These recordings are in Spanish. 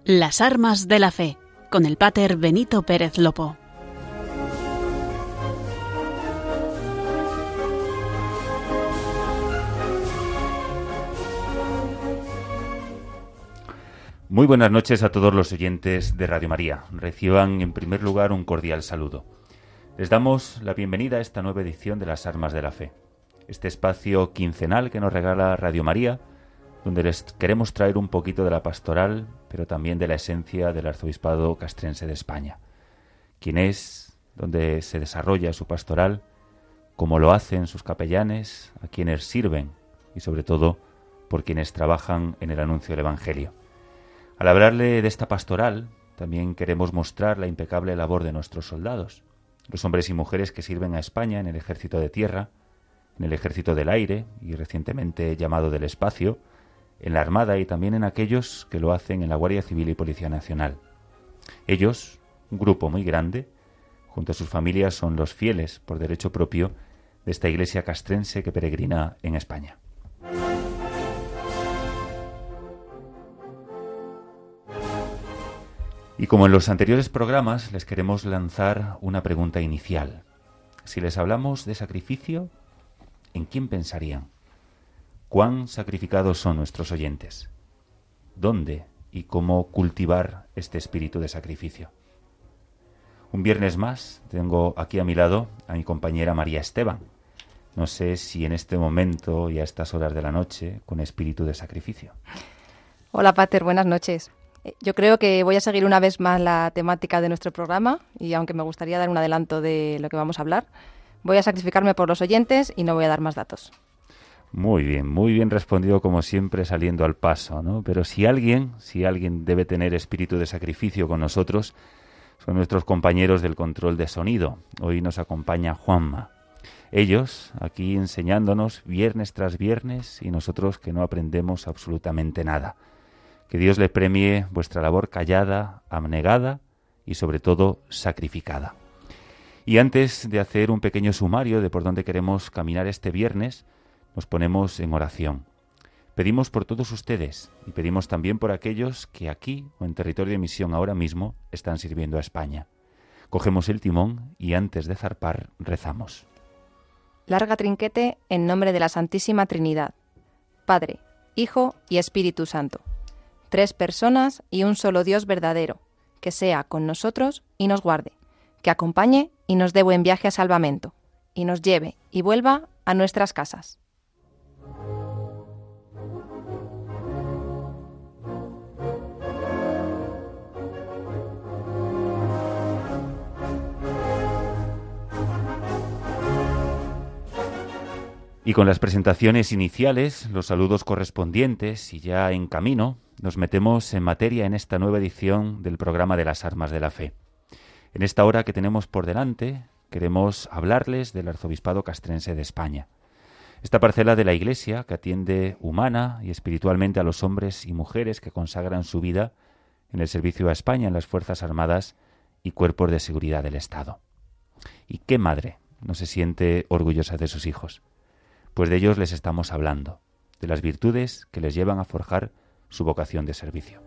Las armas de la fe, con el páter Benito Pérez Lopo. Muy buenas noches a todos los oyentes de Radio María. Reciban en primer lugar un cordial saludo. Les damos la bienvenida a esta nueva edición de Las Armas de la Fe, este espacio quincenal que nos regala Radio María, donde les queremos traer un poquito de la pastoral, pero también de la esencia del Arzobispado Castrense de España. Quién es, dónde se desarrolla su pastoral, cómo lo hacen sus capellanes, a quienes sirven y sobre todo por quienes trabajan en el anuncio del Evangelio. Al hablarle de esta pastoral, también queremos mostrar la impecable labor de nuestros soldados, los hombres y mujeres que sirven a España en el ejército de tierra, en el ejército del aire y recientemente llamado del espacio, en la Armada y también en aquellos que lo hacen en la Guardia Civil y Policía Nacional. Ellos, un grupo muy grande, junto a sus familias son los fieles por derecho propio de esta iglesia castrense que peregrina en España. Y como en los anteriores programas, les queremos lanzar una pregunta inicial. Si les hablamos de sacrificio, ¿en quién pensarían? ¿Cuán sacrificados son nuestros oyentes? ¿Dónde y cómo cultivar este espíritu de sacrificio? Un viernes más tengo aquí a mi lado a mi compañera María Esteban. No sé si en este momento y a estas horas de la noche con espíritu de sacrificio. Hola, Pater, buenas noches. Yo creo que voy a seguir una vez más la temática de nuestro programa y aunque me gustaría dar un adelanto de lo que vamos a hablar, voy a sacrificarme por los oyentes y no voy a dar más datos. Muy bien respondido como siempre saliendo al paso, ¿no? Pero si alguien debe tener espíritu de sacrificio con nosotros, son nuestros compañeros del control de sonido. Hoy nos acompaña Juanma. Ellos aquí enseñándonos viernes tras viernes y nosotros que no aprendemos absolutamente nada. Que Dios le premie vuestra labor callada, abnegada y sobre todo sacrificada. Y antes de hacer un pequeño sumario de por dónde queremos caminar este viernes, nos ponemos en oración. Pedimos por todos ustedes y pedimos también por aquellos que aquí o en territorio de misión ahora mismo están sirviendo a España. Cogemos el timón y antes de zarpar rezamos. Larga trinquete en nombre de la Santísima Trinidad, Padre, Hijo y Espíritu Santo. 3 personas y un solo Dios verdadero, que sea con nosotros y nos guarde, que acompañe y nos dé buen viaje a salvamento, y nos lleve y vuelva a nuestras casas. Y con las presentaciones iniciales, los saludos correspondientes y ya en camino, nos metemos en materia en esta nueva edición del programa de las Armas de la Fe. En esta hora que tenemos por delante, queremos hablarles del Arzobispado Castrense de España. Esta parcela de la Iglesia que atiende humana y espiritualmente a los hombres y mujeres que consagran su vida en el servicio a España en las Fuerzas Armadas y Cuerpos de Seguridad del Estado. ¿Y qué madre no se siente orgullosa de sus hijos? Pues de ellos les estamos hablando, de las virtudes que les llevan a forjar su vocación de servicio.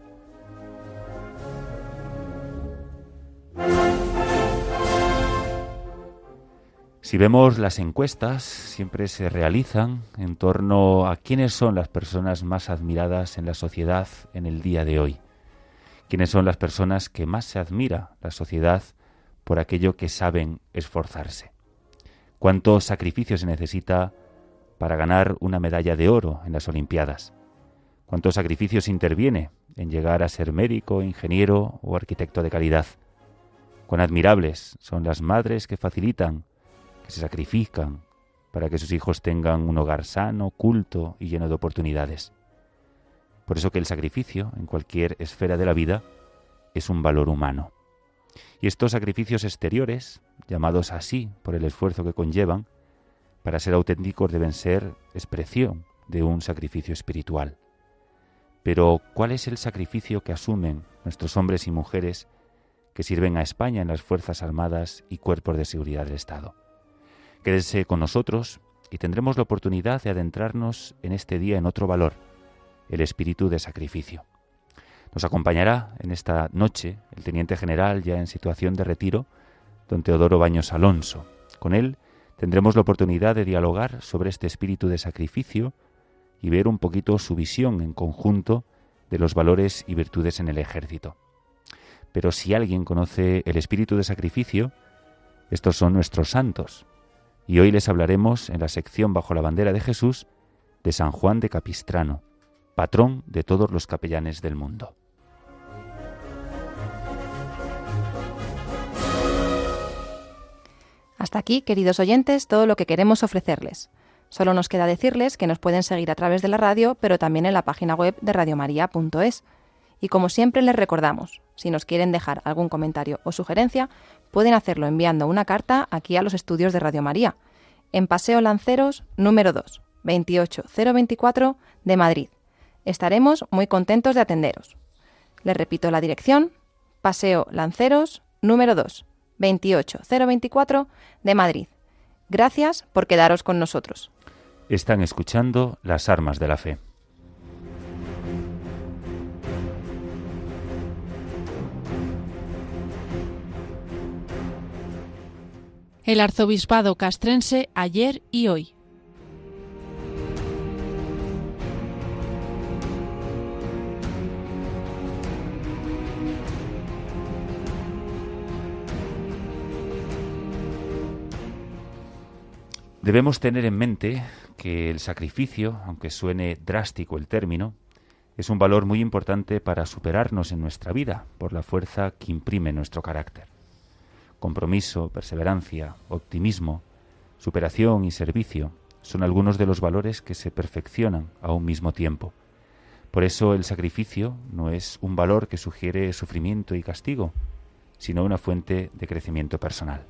Si vemos las encuestas, siempre se realizan en torno a quiénes son las personas más admiradas en la sociedad en el día de hoy. Quiénes son las personas que más se admira la sociedad por aquello que saben esforzarse. Cuánto sacrificio se necesita para ganar una medalla de oro en las Olimpiadas. ¿Cuántos sacrificios interviene en llegar a ser médico, ingeniero o arquitecto de calidad? Cuán admirables son las madres que facilitan, que se sacrifican para que sus hijos tengan un hogar sano, culto y lleno de oportunidades. Por eso que el sacrificio, en cualquier esfera de la vida, es un valor humano. Y estos sacrificios exteriores, llamados así por el esfuerzo que conllevan, para ser auténticos deben ser expresión de un sacrificio espiritual. Pero, ¿cuál es el sacrificio que asumen nuestros hombres y mujeres que sirven a España en las Fuerzas Armadas y Cuerpos de Seguridad del Estado? Quédense con nosotros y tendremos la oportunidad de adentrarnos en este día en otro valor, el espíritu de sacrificio. Nos acompañará en esta noche el teniente general ya en situación de retiro, don Teodoro Baños Alonso. Con él tendremos la oportunidad de dialogar sobre este espíritu de sacrificio y ver un poquito su visión en conjunto de los valores y virtudes en el ejército. Pero si alguien conoce el espíritu de sacrificio, estos son nuestros santos. Y hoy les hablaremos en la sección Bajo la bandera de Jesús de San Juan de Capistrano, patrón de todos los capellanes del mundo. Hasta aquí, queridos oyentes, todo lo que queremos ofrecerles. Solo nos queda decirles que nos pueden seguir a través de la radio, pero también en la página web de radiomaria.es. Y como siempre les recordamos, si nos quieren dejar algún comentario o sugerencia, pueden hacerlo enviando una carta aquí a los estudios de Radio María, en Paseo Lanceros, número 2, 28024 de Madrid. Estaremos muy contentos de atenderos. Les repito la dirección: Paseo Lanceros, número 2, 28024 de Madrid. Gracias por quedaros con nosotros. Están escuchando Las Armas de la Fe. El arzobispado castrense ayer y hoy. Debemos tener en mente que el sacrificio, aunque suene drástico el término, es un valor muy importante para superarnos en nuestra vida por la fuerza que imprime nuestro carácter. Compromiso, perseverancia, optimismo, superación y servicio son algunos de los valores que se perfeccionan a un mismo tiempo. Por eso el sacrificio no es un valor que sugiere sufrimiento y castigo, sino una fuente de crecimiento personal.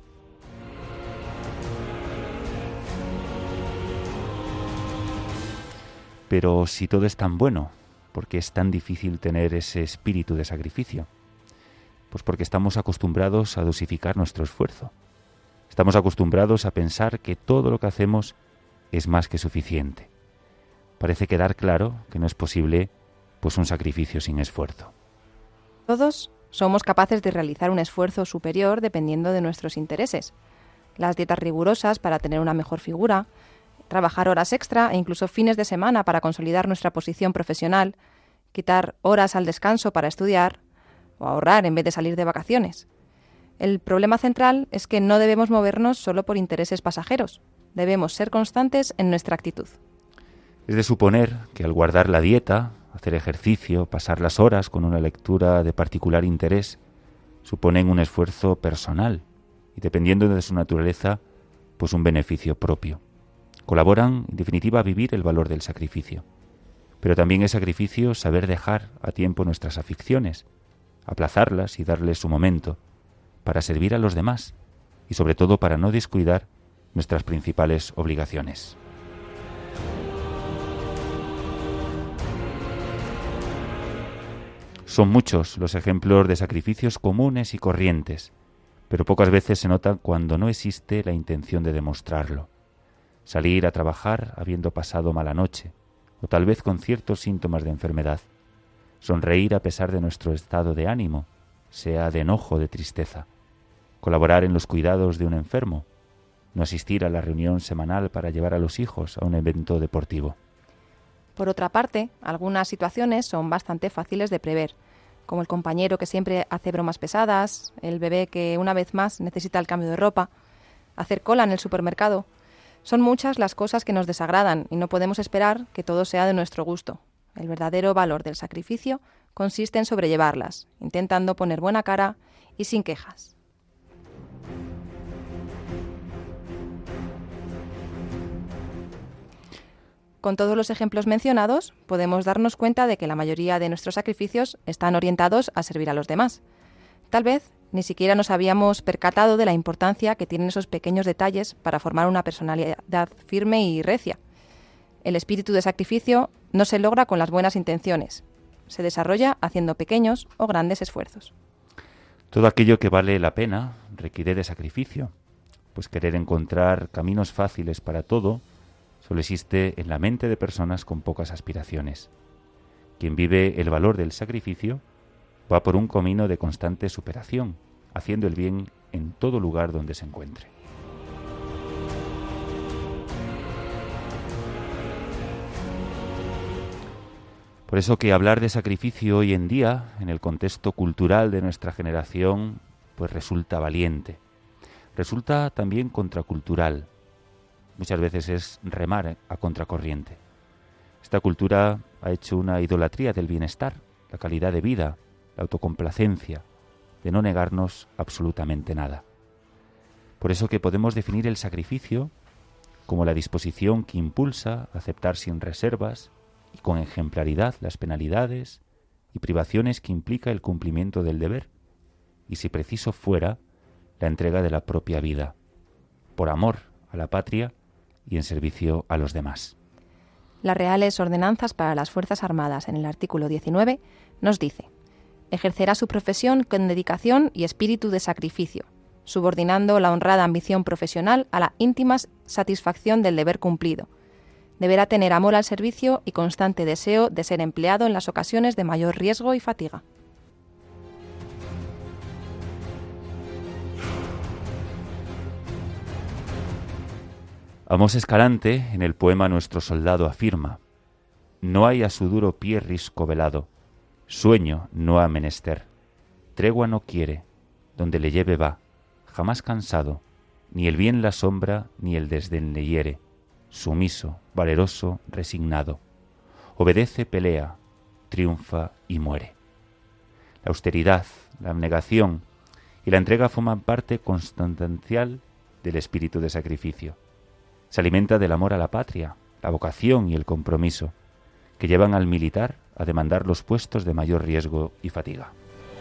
Pero si todo es tan bueno, ¿por qué es tan difícil tener ese espíritu de sacrificio? Pues porque estamos acostumbrados a dosificar nuestro esfuerzo. Estamos acostumbrados a pensar que todo lo que hacemos es más que suficiente. Parece quedar claro que no es posible pues un sacrificio sin esfuerzo. Todos somos capaces de realizar un esfuerzo superior dependiendo de nuestros intereses. Las dietas rigurosas para tener una mejor figura, trabajar horas extra e incluso fines de semana para consolidar nuestra posición profesional, quitar horas al descanso para estudiar o ahorrar en vez de salir de vacaciones. El problema central es que no debemos movernos solo por intereses pasajeros. Debemos ser constantes en nuestra actitud. Es de suponer que al guardar la dieta, hacer ejercicio, pasar las horas con una lectura de particular interés, suponen un esfuerzo personal y, dependiendo de su naturaleza, pues un beneficio propio. Colaboran, en definitiva, a vivir el valor del sacrificio. Pero también es sacrificio saber dejar a tiempo nuestras aficiones, aplazarlas y darles su momento, para servir a los demás y sobre todo para no descuidar nuestras principales obligaciones. Son muchos los ejemplos de sacrificios comunes y corrientes, pero pocas veces se notan cuando no existe la intención de demostrarlo. Salir a trabajar habiendo pasado mala noche, o tal vez con ciertos síntomas de enfermedad. Sonreír a pesar de nuestro estado de ánimo, sea de enojo o de tristeza. Colaborar en los cuidados de un enfermo. No asistir a la reunión semanal para llevar a los hijos a un evento deportivo. Por otra parte, algunas situaciones son bastante fáciles de prever, como el compañero que siempre hace bromas pesadas, el bebé que una vez más necesita el cambio de ropa, hacer cola en el supermercado. Son muchas las cosas que nos desagradan y no podemos esperar que todo sea de nuestro gusto. El verdadero valor del sacrificio consiste en sobrellevarlas, intentando poner buena cara y sin quejas. Con todos los ejemplos mencionados, podemos darnos cuenta de que la mayoría de nuestros sacrificios están orientados a servir a los demás. Tal vez ni siquiera nos habíamos percatado de la importancia que tienen esos pequeños detalles para formar una personalidad firme y recia. El espíritu de sacrificio no se logra con las buenas intenciones. Se desarrolla haciendo pequeños o grandes esfuerzos. Todo aquello que vale la pena requiere de sacrificio, pues querer encontrar caminos fáciles para todo solo existe en la mente de personas con pocas aspiraciones. Quien vive el valor del sacrificio Va por un camino de constante superación, haciendo el bien en todo lugar donde se encuentre. Por eso que hablar de sacrificio hoy en día, en el contexto cultural de nuestra generación, pues resulta valiente. Resulta también contracultural. Muchas veces es remar a contracorriente. Esta cultura ha hecho una idolatría del bienestar, la calidad de vida, la autocomplacencia, de no negarnos absolutamente nada. Por eso que podemos definir el sacrificio como la disposición que impulsa a aceptar sin reservas y con ejemplaridad las penalidades y privaciones que implica el cumplimiento del deber, y si preciso fuera, la entrega de la propia vida, por amor a la patria y en servicio a los demás. Las Reales Ordenanzas para las Fuerzas Armadas, en el artículo 19, nos dice: ejercerá su profesión con dedicación y espíritu de sacrificio, subordinando la honrada ambición profesional a la íntima satisfacción del deber cumplido. Deberá tener amor al servicio y constante deseo de ser empleado en las ocasiones de mayor riesgo y fatiga. Amos Escalante, en el poema Nuestro soldado, afirma: no hay a su duro pie risco velado, sueño no ha menester, tregua no quiere, donde le lleve va, jamás cansado, ni el bien la sombra ni el desdén le hiere, sumiso, valeroso, resignado, obedece, pelea, triunfa y muere. La austeridad, la abnegación y la entrega forman parte consustancial del espíritu de sacrificio. Se alimenta del amor a la patria, la vocación y el compromiso, que llevan al militar a demandar los puestos de mayor riesgo y fatiga.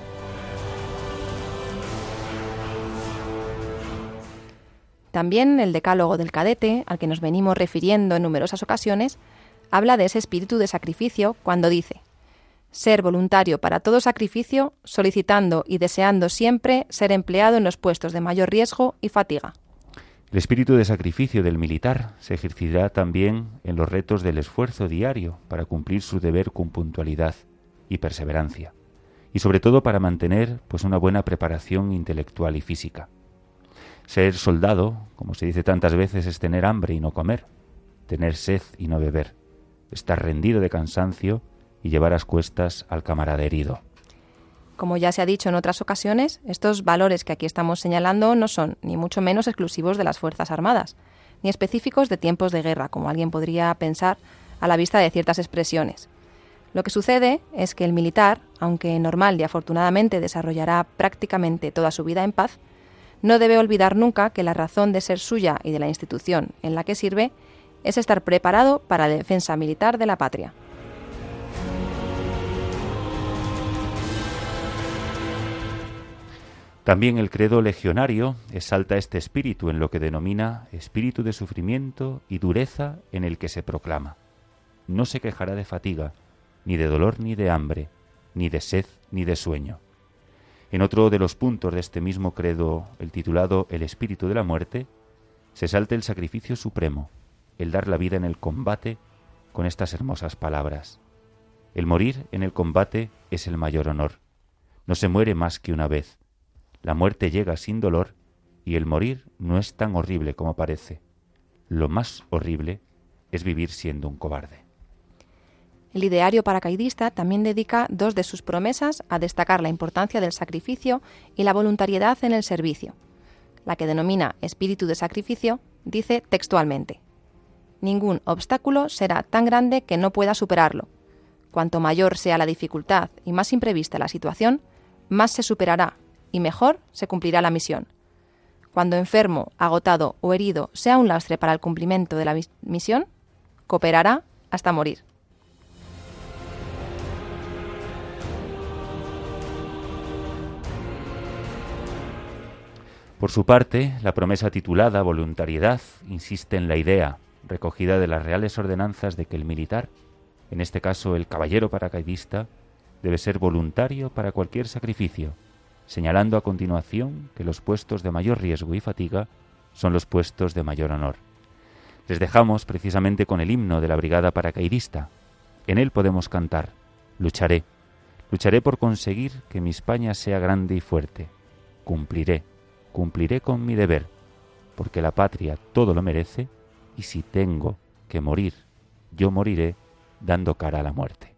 También el decálogo del cadete, al que nos venimos refiriendo en numerosas ocasiones, habla de ese espíritu de sacrificio cuando dice: ser voluntario para todo sacrificio, solicitando y deseando siempre ser empleado en los puestos de mayor riesgo y fatiga. El espíritu de sacrificio del militar se ejercitará también en los retos del esfuerzo diario para cumplir su deber con puntualidad y perseverancia, y sobre todo para mantener una buena preparación intelectual y física. Ser soldado, como se dice tantas veces, es tener hambre y no comer, tener sed y no beber, estar rendido de cansancio y llevar a cuestas al camarada herido. Como ya se ha dicho en otras ocasiones, estos valores que aquí estamos señalando no son ni mucho menos exclusivos de las Fuerzas Armadas, ni específicos de tiempos de guerra, como alguien podría pensar a la vista de ciertas expresiones. Lo que sucede es que el militar, aunque normal y afortunadamente desarrollará prácticamente toda su vida en paz, no debe olvidar nunca que la razón de ser suya y de la institución en la que sirve es estar preparado para la defensa militar de la patria. También el credo legionario exalta este espíritu en lo que denomina espíritu de sufrimiento y dureza en el que se proclama: no se quejará de fatiga, ni de dolor ni de hambre, ni de sed ni de sueño. En otro de los puntos de este mismo credo, el titulado El espíritu de la muerte, se exalta el sacrificio supremo, el dar la vida en el combate, con estas hermosas palabras: el morir en el combate es el mayor honor. No se muere más que una vez. La muerte llega sin dolor y el morir no es tan horrible como parece. Lo más horrible es vivir siendo un cobarde. El ideario paracaidista también dedica 2 de sus promesas a destacar la importancia del sacrificio y la voluntariedad en el servicio. La que denomina espíritu de sacrificio dice textualmente: ningún obstáculo será tan grande que no pueda superarlo. Cuanto mayor sea la dificultad y más imprevista la situación, más se superará y mejor se cumplirá la misión. Cuando enfermo, agotado o herido sea un lastre para el cumplimiento de la misión, cooperará hasta morir. Por su parte, la promesa titulada Voluntariedad insiste en la idea, recogida de las Reales Ordenanzas, de que el militar, en este caso el caballero paracaidista, debe ser voluntario para cualquier sacrificio, señalando a continuación que los puestos de mayor riesgo y fatiga son los puestos de mayor honor. Les dejamos precisamente con el himno de la Brigada Paracaidista. En él podemos cantar: lucharé, Lucharé por conseguir que mi España sea grande y fuerte. Cumpliré con mi deber, porque la patria todo lo merece, y si tengo que morir, yo moriré dando cara a la muerte.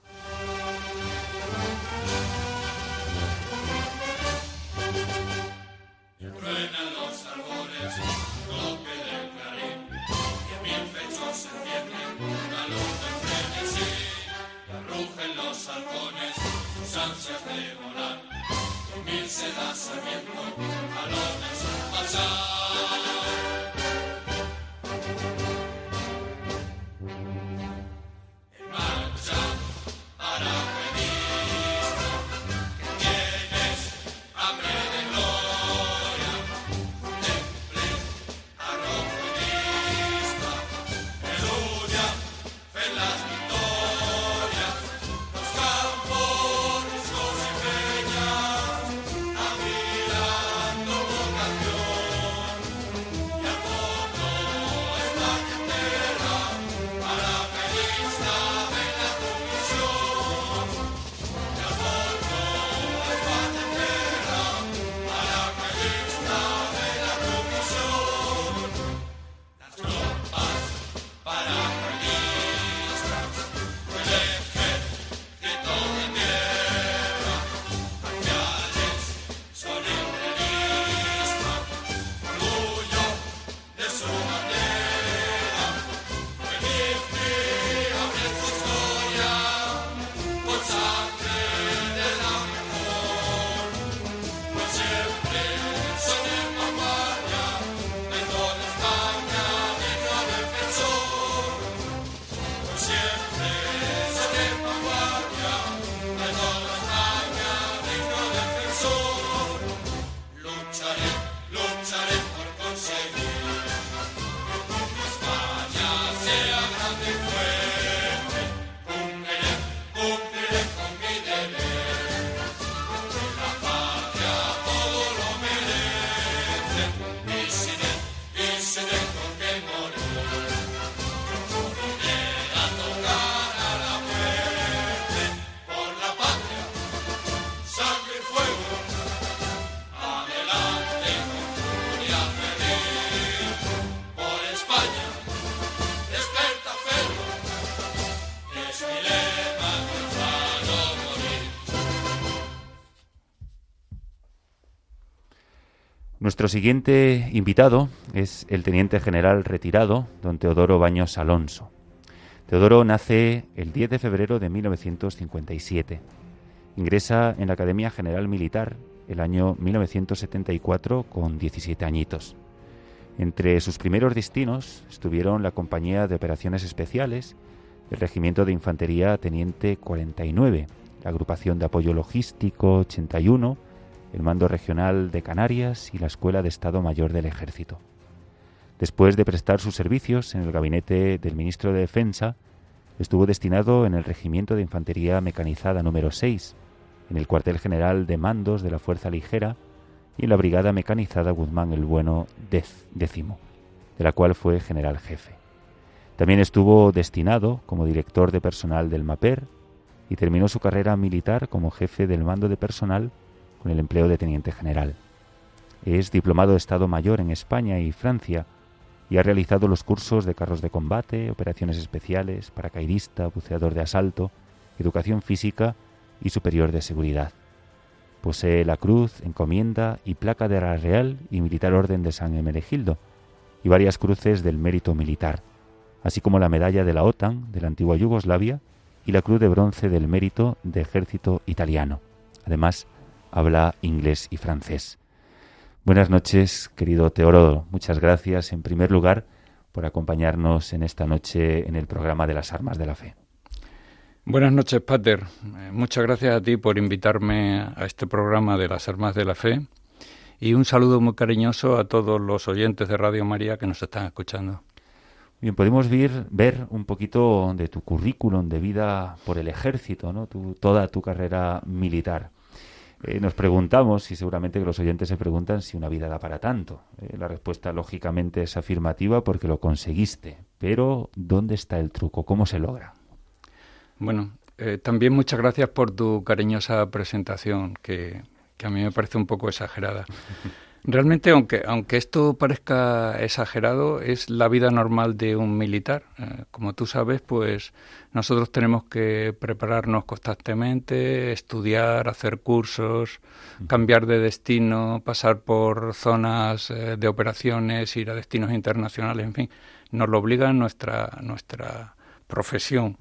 Nuestro siguiente invitado es el teniente general retirado, don Teodoro Baños Alonso. Teodoro nace el 10 de febrero de 1957. Ingresa en la Academia General Militar el año 1974 con 17 añitos. Entre sus primeros destinos estuvieron la Compañía de Operaciones Especiales, el Regimiento de Infantería Teniente 49, la Agrupación de Apoyo Logístico 81, el Mando Regional de Canarias y la Escuela de Estado Mayor del Ejército. Después de prestar sus servicios en el gabinete del ministro de Defensa, estuvo destinado en el Regimiento de Infantería Mecanizada número 6, en el Cuartel General de Mandos de la Fuerza Ligera y en la Brigada Mecanizada Guzmán el Bueno X, de la cual fue general jefe. También estuvo destinado como director de personal del MAPER y terminó su carrera militar como jefe del mando de personal con el empleo de teniente general. Es diplomado de Estado Mayor en España y Francia y ha realizado los cursos de carros de combate, operaciones especiales, paracaidista, buceador de asalto, educación física y superior de seguridad. Posee la cruz, encomienda y placa de la Real y Militar Orden de San Hermenegildo y varias cruces del Mérito Militar, así como la medalla de la OTAN de la antigua Yugoslavia y la cruz de bronce del Mérito de Ejército Italiano. Además, habla inglés y francés. Buenas noches, querido Teodoro. Muchas gracias, en primer lugar, por acompañarnos en esta noche en el programa de las Armas de la Fe. Buenas noches, Pater. Muchas gracias a ti por invitarme a este programa de las Armas de la Fe y un saludo muy cariñoso a todos los oyentes de Radio María que nos están escuchando. Bien, podemos ver un poquito de tu currículum de vida por el Ejército, ¿no? Toda tu carrera militar. Nos preguntamos, y seguramente que los oyentes se preguntan, si una vida da para tanto. La respuesta, lógicamente, es afirmativa porque lo conseguiste. Pero, ¿dónde está el truco? ¿Cómo se logra? Bueno, también muchas gracias por tu cariñosa presentación, que a mí me parece un poco exagerada. Realmente, aunque esto parezca exagerado, es la vida normal de un militar. Como tú sabes, pues nosotros tenemos que prepararnos constantemente, estudiar, hacer cursos, cambiar de destino, pasar por zonas de operaciones, ir a destinos internacionales, en fin, nos lo obliga nuestra profesión.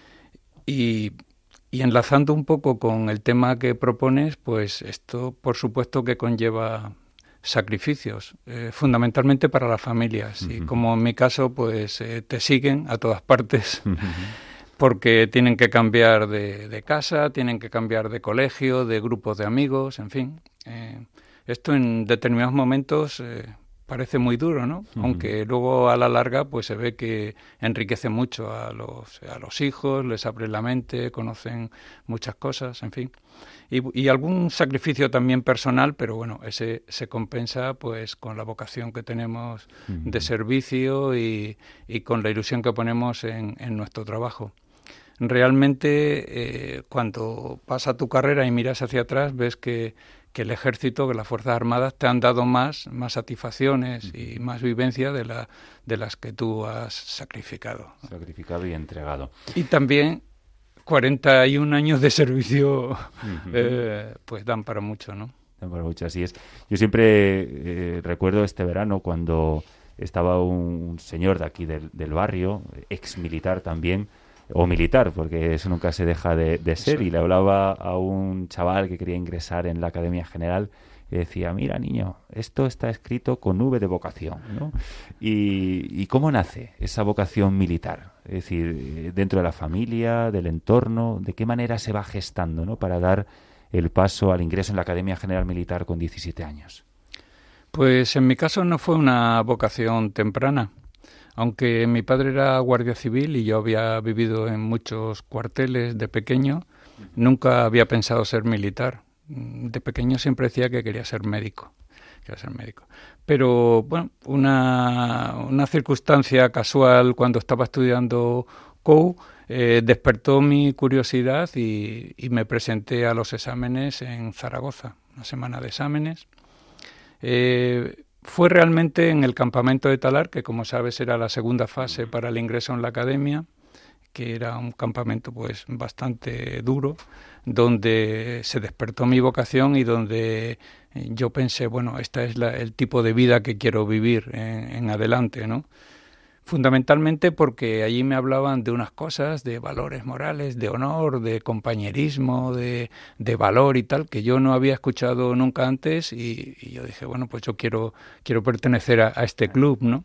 Y enlazando un poco con el tema que propones, pues esto por supuesto que conlleva sacrificios, fundamentalmente para las familias. Y como en mi caso, pues te siguen a todas partes porque tienen que cambiar de casa, tienen que cambiar de colegio, de grupos de amigos, en fin. Esto en determinados momentos parece muy duro, ¿no? Aunque luego a la larga pues se ve que enriquece mucho a los hijos, les abre la mente, conocen muchas cosas, en fin. Y algún sacrificio también personal, pero bueno, ese se compensa pues con la vocación que tenemos de servicio y con la ilusión que ponemos en nuestro trabajo. Realmente cuando pasa tu carrera y miras hacia atrás ves que el ejército, que las Fuerzas Armadas te han dado más satisfacciones y más vivencia de las que tú has sacrificado. Sacrificado y entregado. Y también 41 años de servicio pues dan para mucho, ¿no? Dan para mucho, así es. Yo siempre recuerdo este verano cuando estaba un señor de aquí del barrio, ex militar también, o militar, porque eso nunca se deja de ser, y le hablaba a un chaval que quería ingresar en la Academia General y decía, mira niño, esto está escrito con V de vocación, ¿no? ¿Y cómo nace esa vocación militar? Es decir, dentro de la familia, del entorno, ¿de qué manera se va gestando, ¿no?, para dar el paso al ingreso en la Academia General Militar con 17 años? Pues en mi caso no fue una vocación temprana. Aunque mi padre era guardia civil y yo había vivido en muchos cuarteles de pequeño, nunca había pensado ser militar. De pequeño siempre decía que quería ser médico. Pero bueno, una circunstancia casual cuando estaba estudiando COU despertó mi curiosidad y me presenté a los exámenes en Zaragoza, una semana de exámenes. Fue realmente en el campamento de Talar, que como sabes era la segunda fase para el ingreso en la academia, que era un campamento pues bastante duro, donde se despertó mi vocación y donde yo pensé, bueno, este es el tipo de vida que quiero vivir en adelante, ¿no? Fundamentalmente porque allí me hablaban de unas cosas, de valores morales, de honor, de compañerismo, de valor y tal, que yo no había escuchado nunca antes y yo dije, bueno, pues yo quiero pertenecer a este club, ¿no?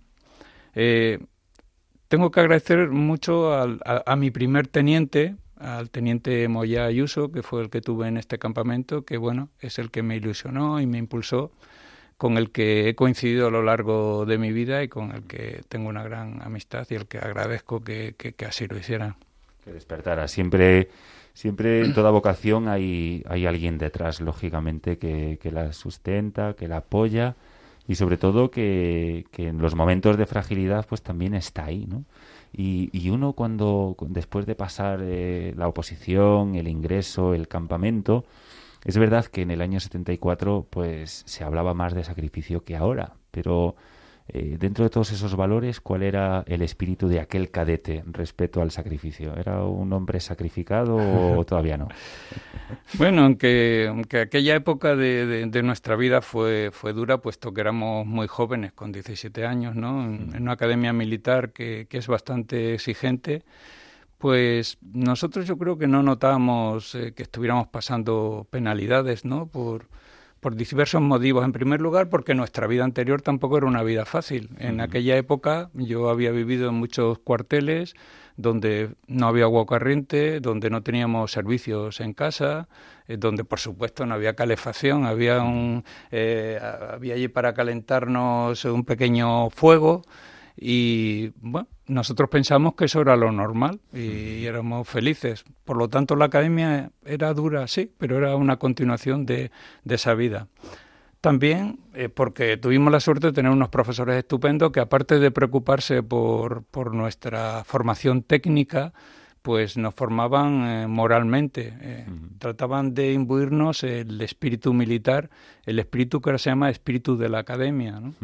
Tengo que agradecer mucho a mi primer teniente, al teniente Moyá Ayuso, que fue el que tuve en este campamento, que bueno, es el que me ilusionó y me impulsó, con el que he coincidido a lo largo de mi vida y con el que tengo una gran amistad y el que agradezco que así lo hiciera. Que despertara. Siempre en toda vocación hay alguien detrás, lógicamente, que la sustenta, que la apoya y sobre todo que en los momentos de fragilidad pues también está ahí, ¿no? Y uno después de pasar la oposición, el ingreso, el campamento, es verdad que en el año 74 pues se hablaba más de sacrificio que ahora, pero dentro de todos esos valores, ¿cuál era el espíritu de aquel cadete respecto al sacrificio? ¿Era un hombre sacrificado o todavía no? Bueno, aunque aquella época de nuestra vida fue dura, puesto que éramos muy jóvenes, con 17 años, ¿no? En una academia militar que es bastante exigente, pues nosotros yo creo que no notábamos que estuviéramos pasando penalidades, ¿no? Por diversos motivos. En primer lugar, porque nuestra vida anterior tampoco era una vida fácil. En aquella época yo había vivido en muchos cuarteles donde no había agua corriente, donde no teníamos servicios en casa, donde por supuesto no había calefacción, había allí para calentarnos un pequeño fuego. Y bueno, nosotros pensamos que eso era lo normal y éramos felices. Por lo tanto, la academia era dura, sí, pero era una continuación de esa vida. También porque tuvimos la suerte de tener unos profesores estupendos que, aparte de preocuparse por nuestra formación técnica, pues nos formaban moralmente. Trataban de imbuirnos el espíritu militar, el espíritu que ahora se llama espíritu de la academia, ¿no?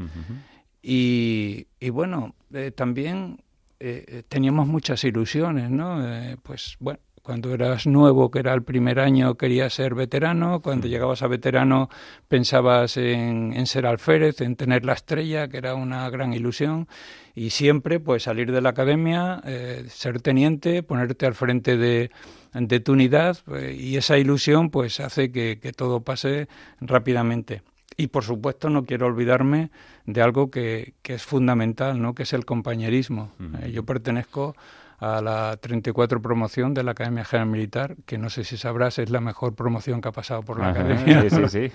Y bueno, también teníamos muchas ilusiones, ¿no? Pues bueno, cuando eras nuevo, que era el primer año, querías ser veterano. Cuando llegabas a veterano pensabas en ser alférez, en tener la estrella, que era una gran ilusión. Y siempre, pues, salir de la academia, ser teniente, ponerte al frente de tu unidad, y esa ilusión, pues, hace que todo pase rápidamente. Y, por supuesto, no quiero olvidarme de algo que es fundamental, ¿no? Que es el compañerismo. Yo pertenezco a la 34 promoción de la Academia General Militar, que no sé si sabrás, es la mejor promoción que ha pasado por la Academia. Sí.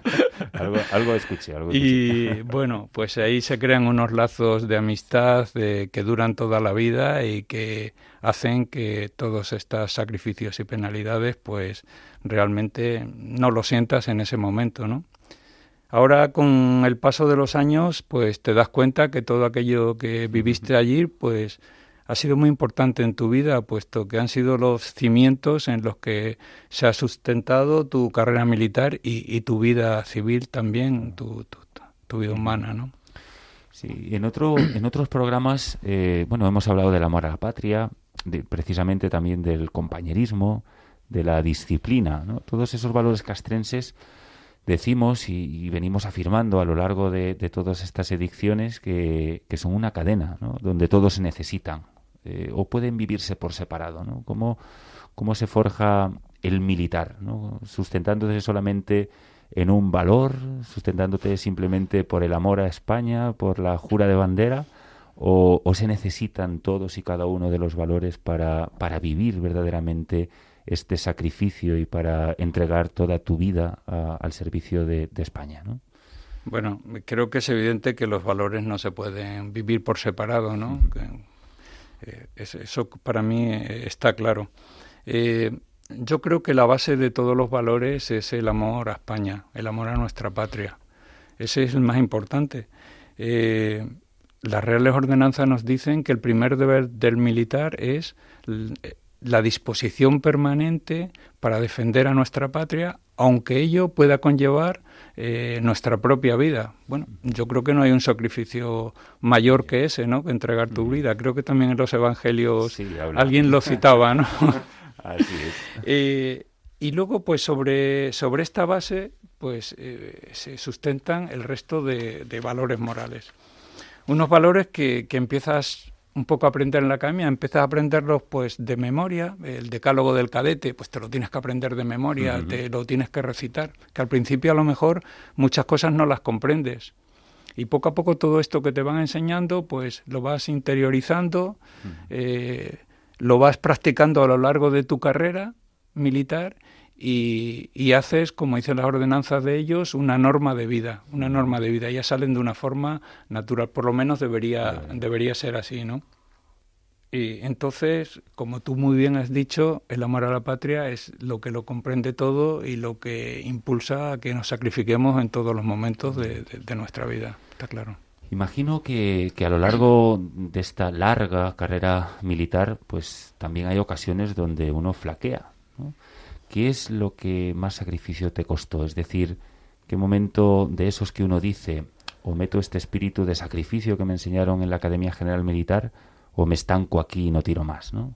algo escuché. Y bueno, pues ahí se crean unos lazos de amistad que duran toda la vida y que hacen que todos estos sacrificios y penalidades, pues realmente no lo sientas en ese momento, ¿no? Ahora, con el paso de los años, pues te das cuenta que todo aquello que viviste allí, pues ha sido muy importante en tu vida, puesto que han sido los cimientos en los que se ha sustentado tu carrera militar y tu vida civil también, tu vida humana, ¿no? Sí, en otros programas, hemos hablado del amor a la patria, precisamente también del compañerismo, de la disciplina, ¿no? Todos esos valores castrenses decimos y venimos afirmando a lo largo de todas estas ediciones que son una cadena, ¿no? Donde todos se necesitan. O pueden vivirse por separado, ¿no? ¿Cómo se forja el militar, ¿no? Sustentándose solamente en un valor, sustentándote simplemente por el amor a España, por la jura de bandera, o se necesitan todos y cada uno de los valores para vivir verdaderamente este sacrificio y para entregar toda tu vida al servicio de España, ¿no? Bueno, creo que es evidente que los valores no se pueden vivir por separado, ¿no? Eso para mí está claro. Yo creo que la base de todos los valores es el amor a España, el amor a nuestra patria. Ese es el más importante. Las Reales Ordenanzas nos dicen que el primer deber del militar es la disposición permanente para defender a nuestra patria, aunque ello pueda conllevar nuestra propia vida. Bueno, yo creo que no hay un sacrificio mayor que ese, ¿no? Que entregar tu vida. Creo que también en los evangelios alguien lo citaba, ¿no? Así es. Y luego, pues sobre esta base, pues se sustentan el resto de valores morales. Unos valores que empiezas un poco a aprender en la academia, empiezas a aprenderlos pues de memoria. El decálogo del cadete, pues te lo tienes que aprender de memoria, te lo tienes que recitar, que al principio a lo mejor muchas cosas no las comprendes. Y poco a poco todo esto que te van enseñando, pues lo vas interiorizando, lo vas practicando a lo largo de tu carrera militar y haces, como dicen las ordenanzas de ellos, una norma de vida. Ya salen de una forma natural, por lo menos debería ser así, ¿no? Y entonces, como tú muy bien has dicho, el amor a la patria es lo que lo comprende todo y lo que impulsa a que nos sacrifiquemos en todos los momentos de nuestra vida, está claro. Imagino que a lo largo de esta larga carrera militar, pues también hay ocasiones donde uno flaquea, ¿no? ¿Qué es lo que más sacrificio te costó? Es decir, ¿qué momento de esos que uno dice, o meto este espíritu de sacrificio que me enseñaron en la Academia General Militar, o me estanco aquí y no tiro más, ¿no?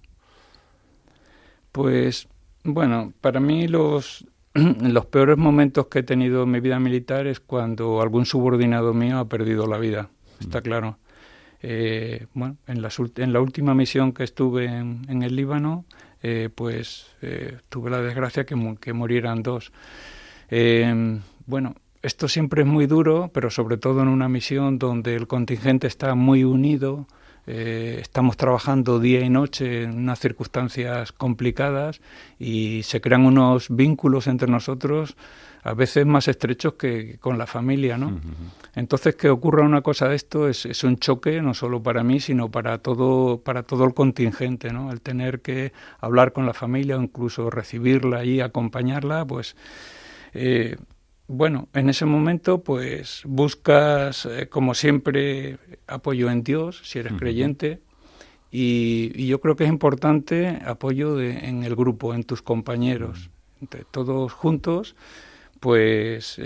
Pues, bueno, para mí los peores momentos que he tenido en mi vida militar es cuando algún subordinado mío ha perdido la vida, está claro. Bueno, en la última misión que estuve en el Líbano, tuve la desgracia que murieran 2. Bueno, esto siempre es muy duro, pero sobre todo en una misión donde el contingente está muy unido, estamos trabajando día y noche en unas circunstancias complicadas y se crean unos vínculos entre nosotros a veces más estrechos que con la familia, ¿no? Entonces, que ocurra una cosa de esto es un choque, no solo para mí, sino para todo el contingente, ¿no? El tener que hablar con la familia o incluso recibirla y acompañarla, pues, bueno, en ese momento, pues, buscas, como siempre, apoyo en Dios, si eres creyente, y yo creo que es importante apoyo en el grupo, en tus compañeros, entre todos juntos, pues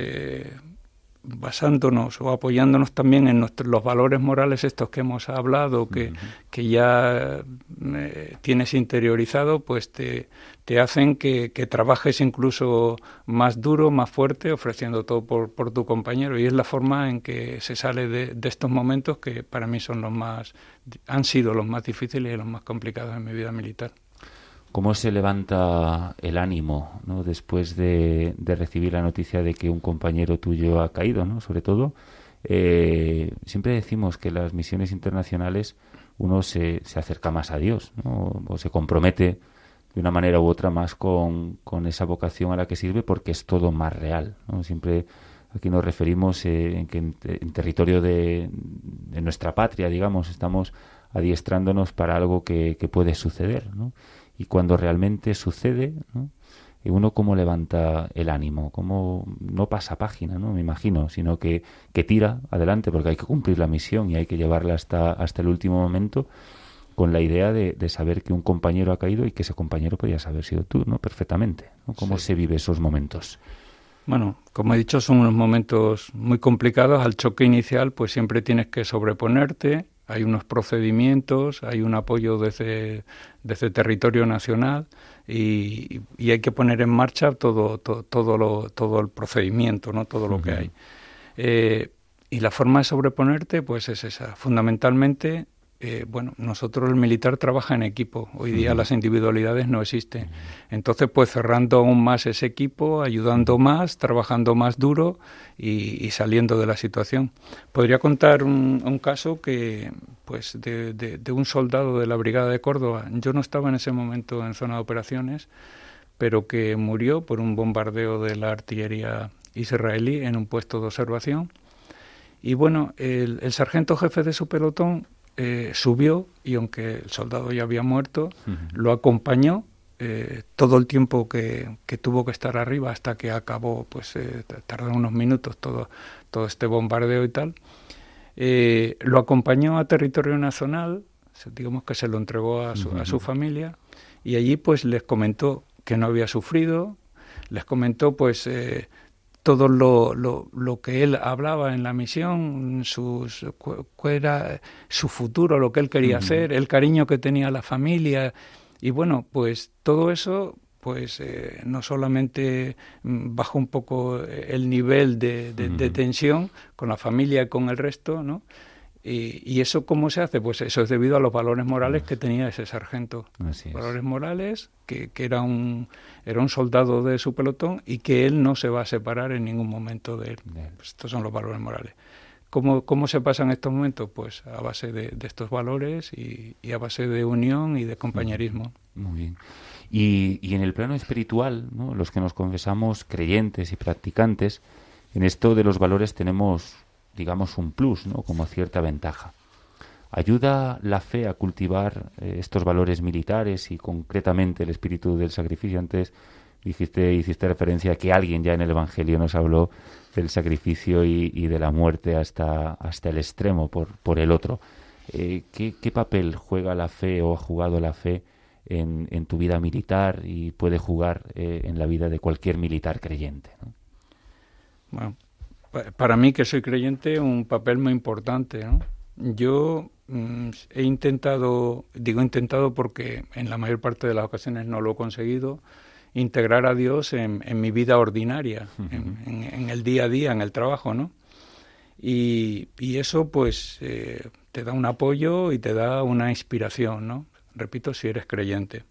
basándonos o apoyándonos también en los valores morales estos que hemos hablado, que ya tienes interiorizado, pues te hacen que trabajes incluso más duro, más fuerte, ofreciendo todo por tu compañero, y es la forma en que se sale de estos momentos que para mí han sido los más difíciles y los más complicados en mi vida militar. ¿Cómo se levanta el ánimo, ¿no?, después de recibir la noticia de que un compañero tuyo ha caído, ¿no? Sobre todo, siempre decimos que en las misiones internacionales uno se acerca más a Dios, ¿no? O se compromete de una manera u otra más con esa vocación a la que sirve, porque es todo más real, ¿no? Siempre aquí nos referimos en que en territorio de nuestra patria, digamos, estamos adiestrándonos para algo que puede suceder, ¿no? Y cuando realmente sucede, ¿no?, uno cómo levanta el ánimo, cómo no pasa página, ¿no?, me imagino, sino que tira adelante, porque hay que cumplir la misión y hay que llevarla hasta el último momento, con la idea de saber que un compañero ha caído y que ese compañero podías haber sido tú, ¿no?, perfectamente, ¿no? ¿Cómo se vive esos momentos? Bueno, como he dicho, son unos momentos muy complicados. Al choque inicial, pues siempre tienes que sobreponerte. Hay unos procedimientos, hay un apoyo desde territorio nacional y hay que poner en marcha todo el procedimiento, ¿no? Todo lo que hay. Y la forma de sobreponerte, pues es esa. Fundamentalmente, nosotros el militar trabaja en equipo. Hoy día las individualidades no existen. Entonces, pues cerrando aún más ese equipo, ayudando más, trabajando más duro y saliendo de la situación. Podría contar un caso que, pues, de un soldado de la Brigada de Córdoba. Yo no estaba en ese momento en zona de operaciones, pero que murió por un bombardeo de la artillería israelí en un puesto de observación. Y bueno, el sargento jefe de su pelotón subió, y aunque el soldado ya había muerto, lo acompañó todo el tiempo que tuvo que estar arriba hasta que acabó, pues tardó unos minutos todo este bombardeo y tal. Lo acompañó a territorio nacional, digamos que se lo entregó a su familia, y allí pues les comentó que no había sufrido, les comentó pues todo lo que él hablaba en la misión, cuál era su futuro, lo que él quería hacer, el cariño que tenía a la familia. Y bueno, pues todo eso, pues no solamente bajó un poco el nivel de tensión con la familia y con el resto, ¿no? ¿Y eso cómo se hace? Pues eso es debido a los valores morales que tenía ese sargento. Valores morales, que era un soldado de su pelotón y que él no se va a separar en ningún momento de él. Pues estos son los valores morales. ¿Cómo se pasan estos momentos? Pues a base de estos valores y a base de unión y de compañerismo. Muy bien. Y en el plano espiritual, ¿no?, los que nos confesamos creyentes y practicantes, en esto de los valores tenemos, digamos, un plus, ¿no?, como cierta ventaja. ¿Ayuda la fe a cultivar estos valores militares y concretamente el espíritu del sacrificio? Antes hiciste referencia a que alguien ya en el Evangelio nos habló del sacrificio y de la muerte hasta el extremo por el otro. ¿Qué papel juega la fe o ha jugado la fe en tu vida militar y puede jugar en la vida de cualquier militar creyente, ¿no? Bueno, para mí, que soy creyente, un papel muy importante, ¿no? Yo he intentado porque en la mayor parte de las ocasiones no lo he conseguido, integrar a Dios en mi vida ordinaria, en el día a día, en el trabajo, ¿no? Y eso, pues, te da un apoyo y te da una inspiración, ¿no? Repito, si eres creyente.